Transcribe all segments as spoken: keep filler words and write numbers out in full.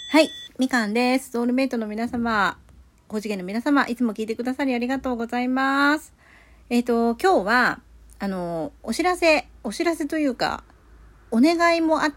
はい、みかんです。ソウルメイトの皆様、高次元の皆様、いつも聞いてくださりありがとうございます。えっと、今日は、あの、お知らせ、お知らせというか、お願いもあって、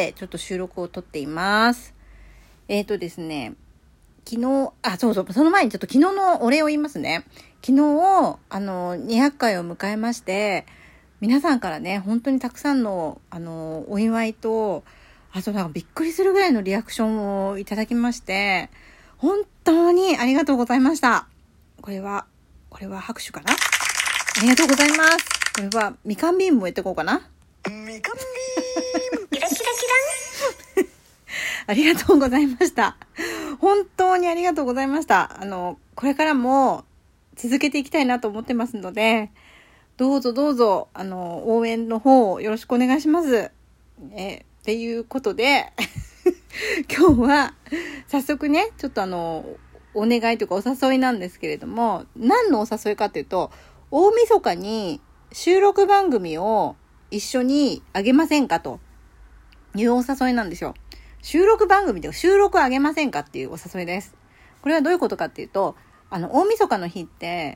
ちょっと収録を撮っています。えっとですね、昨日、あ、そうそう、その前にちょっと昨日のお礼を言いますね。昨日、あの、にひゃっかいを迎えまして、皆さんからね、本当にたくさんの、あの、お祝いと、あとなんかびっくりするぐらいのリアクションをいただきまして、本当にありがとうございました。これは、これは拍手かな？ありがとうございます。これは、みかんビームもやっていこうかな。 みかんビームキラキラキランありがとうございました。本当にありがとうございました。あの、これからも続けていきたいなと思ってますので、どうぞどうぞ、あの、応援の方をよろしくお願いします。え、っていうことで、今日は早速ね、ちょっとあの、お願いというかお誘いなんですけれども、何のお誘いかというと、大晦日に収録番組を一緒にあげませんかというお誘いなんですよ。収録番組で収録あげませんかっていうお誘いです。これはどういうことかっていうと、あの、大晦日の日って、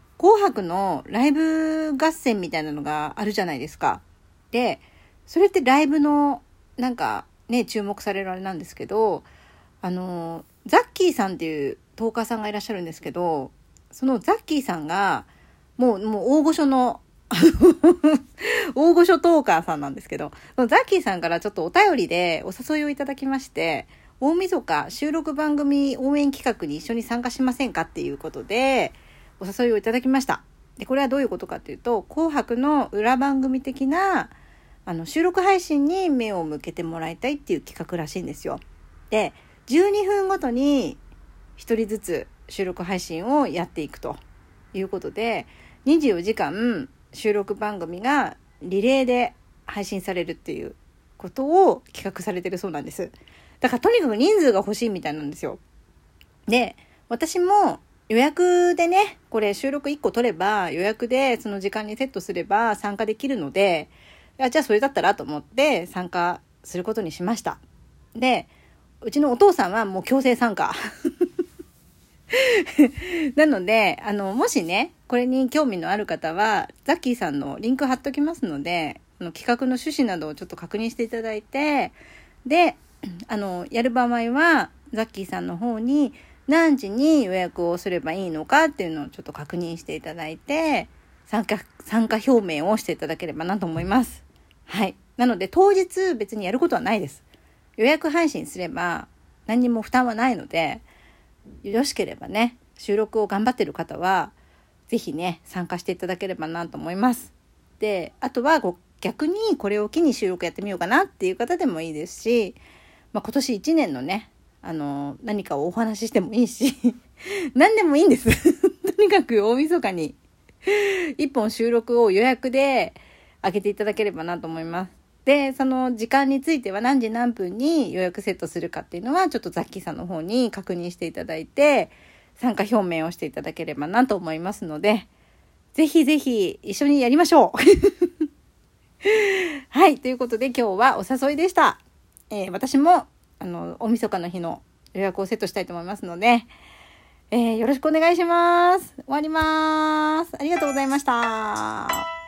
紅白のライブ合戦みたいなのがあるじゃないですか。で、それってライブの、なんかね、注目されるあれなんですけど、あの、ザッキーさんっていうトーカーさんがいらっしゃるんですけど、そのザッキーさんが、もう、もう大御所の、大御所トーカーさんなんですけど、そのザッキーさんからちょっとお便りでお誘いをいただきまして、大晦日収録番組応援企画に一緒に参加しませんかっていうことでお誘いをいただきました。で、これはどういうことかっていうと、紅白の裏番組的なあの収録配信に目を向けてもらいたいっていう企画らしいんですよ。で、じゅうにふんごとにひとりずつ収録配信をやっていくということで、にじゅうよじかん収録番組がリレーで配信されるっていうことを企画されてるそうなんです。だからとにかく人数が欲しいみたいなんですよ。で、私も予約でね、これ収録いっこ取れば予約でその時間にセットすれば参加できるので、じゃあそれだったらと思って参加することにしました。で、うちのお父さんはもう強制参加。なので、あの、もしね、これに興味のある方は、ザッキーさんのリンク貼っときますので、あの企画の趣旨などをちょっと確認していただいて、で、あの、やる場合は、ザッキーさんの方に何時に予約をすればいいのかっていうのをちょっと確認していただいて、参加、参加表明をしていただければなと思います。はい。なので、当日別にやることはないです。予約配信すれば何にも負担はないので、よろしければね、収録を頑張ってる方は、ぜひね、参加していただければなと思います。で、あとは逆にこれを機に収録やってみようかなっていう方でもいいですし、まあ、今年いちねんのね、あの、何かをお話ししてもいいし、何でもいいんです。とにかく大晦日に一本収録を予約で上げていただければなと思います。で、その時間については何時何分に予約セットするかっていうのはちょっとザッキーさんの方に確認していただいて、参加表明をしていただければなと思いますので、ぜひぜひ一緒にやりましょう。はい、ということで今日はお誘いでした。えー、私もあの大晦日の日の予約をセットしたいと思いますので、えー、よろしくお願いします。終わります。ありがとうございました。